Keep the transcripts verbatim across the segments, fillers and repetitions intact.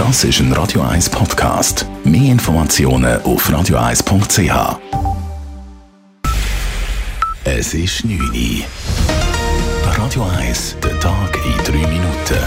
Das ist ein Radio eins Podcast. Mehr Informationen auf radio eins punkt c h. Es ist neun Uhr. Radio eins, der Tag in drei Minuten.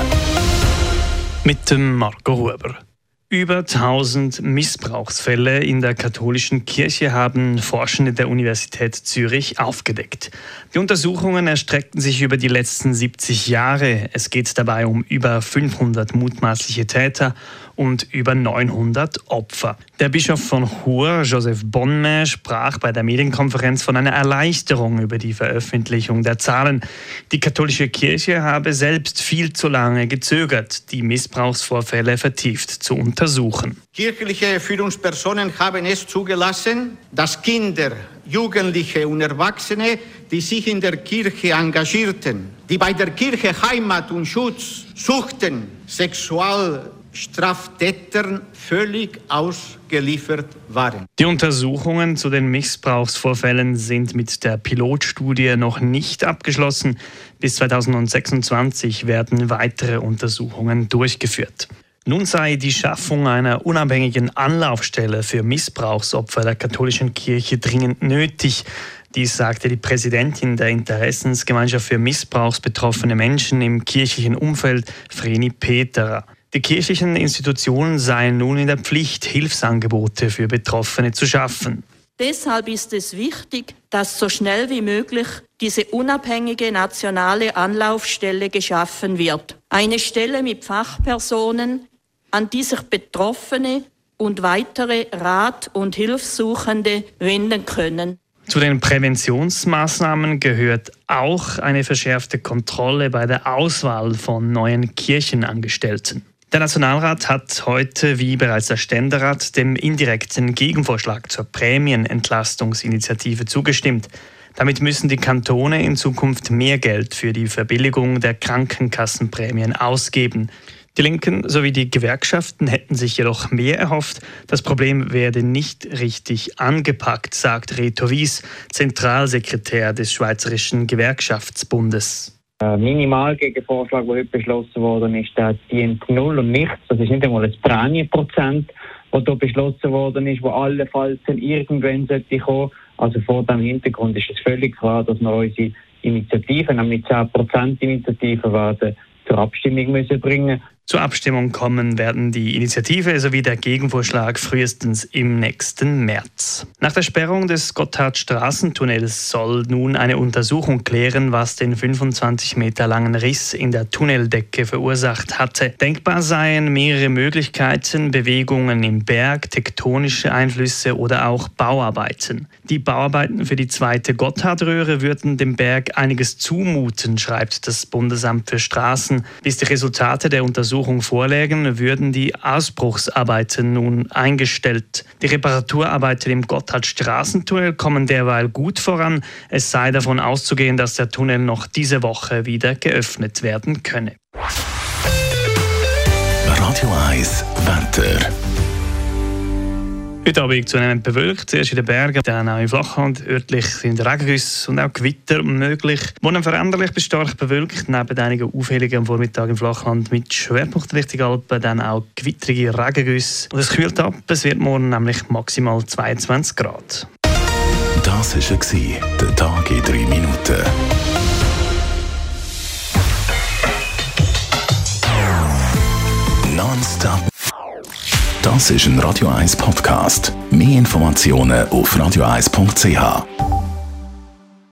Mit dem Marco Huber. Über tausend Missbrauchsfälle in der katholischen Kirche haben Forschende der Universität Zürich aufgedeckt. Die Untersuchungen erstreckten sich über die letzten siebzig Jahre. Es geht dabei um über fünfhundert mutmaßliche Täter und über neunhundert Opfer. Der Bischof von Chur, Joseph Bonnet, sprach bei der Medienkonferenz von einer Erleichterung über die Veröffentlichung der Zahlen. Die katholische Kirche habe selbst viel zu lange gezögert, die Missbrauchsvorfälle vertieft zu untersuchen. Kirchliche Führungspersonen haben es zugelassen, dass Kinder, Jugendliche und Erwachsene, die sich in der Kirche engagierten, die bei der Kirche Heimat und Schutz suchten, Sexualstraftätern völlig ausgeliefert waren. Die Untersuchungen zu den Missbrauchsvorfällen sind mit der Pilotstudie noch nicht abgeschlossen. Bis zweitausendsechsundzwanzig werden weitere Untersuchungen durchgeführt. Nun sei die Schaffung einer unabhängigen Anlaufstelle für Missbrauchsopfer der katholischen Kirche dringend nötig. Dies sagte die Präsidentin der Interessensgemeinschaft für missbrauchsbetroffene Menschen im kirchlichen Umfeld, Vreni Peterer. Die kirchlichen Institutionen seien nun in der Pflicht, Hilfsangebote für Betroffene zu schaffen. Deshalb ist es wichtig, dass so schnell wie möglich diese unabhängige nationale Anlaufstelle geschaffen wird. Eine Stelle mit Fachpersonen, an die sich Betroffene und weitere Rat- und Hilfssuchende wenden können. Zu den Präventionsmaßnahmen gehört auch eine verschärfte Kontrolle bei der Auswahl von neuen Kirchenangestellten. Der Nationalrat hat heute, wie bereits der Ständerat, dem indirekten Gegenvorschlag zur Prämienentlastungsinitiative zugestimmt. Damit müssen die Kantone in Zukunft mehr Geld für die Verbilligung der Krankenkassenprämien ausgeben. Die Linken sowie die Gewerkschaften hätten sich jedoch mehr erhofft. Das Problem werde nicht richtig angepackt, sagt Reto Wies, Zentralsekretär des Schweizerischen Gewerkschaftsbundes. Der Minimalgegenvorschlag, der heute beschlossen worden ist, der dient null und nichts. Das ist nicht einmal ein Prämienprozent, das hier beschlossen worden ist, wo allenfalls irgendwann sollte kommen. Also vor dem Hintergrund ist es völlig klar, dass wir unsere Initiativen, nämlich zehn Prozent Initiativen, werden zur Abstimmung müssen bringen. Zur Abstimmung kommen werden die Initiative sowie der Gegenvorschlag frühestens im nächsten März. Nach der Sperrung des Gotthardstraßentunnels soll nun eine Untersuchung klären, was den fünfundzwanzig Meter langen Riss in der Tunneldecke verursacht hatte. Denkbar seien mehrere Möglichkeiten, Bewegungen im Berg, tektonische Einflüsse oder auch Bauarbeiten. Die Bauarbeiten für die zweite Gotthardröhre würden dem Berg einiges zumuten, schreibt das Bundesamt für Straßen. Bis die Resultate der Untersuchung vorlägen, würden die Ausbruchsarbeiten nun eingestellt. Die Reparaturarbeiten im Gotthardstraßentunnel kommen derweil gut voran. Es sei davon auszugehen, dass der Tunnel noch diese Woche wieder geöffnet werden könne. Radio eins Wetter. Heute Abend zunehmend bewölkt, zuerst in den Bergen, dann auch im Flachland. Örtlich sind Regengüsse und auch Gewitter möglich. Morgen veränderlich bis stark bewölkt, neben einigen Aufhellungen am Vormittag im Flachland mit Schwerpunkt Richtung Alpen, dann auch gewittrige Regengüsse. Und es kühlt ab, es wird morgen nämlich maximal zweiundzwanzig Grad. Das war der Tag in drei Minuten. Nonstop. Das ist ein Radio eins Podcast. Mehr Informationen auf radio eins punkt c h.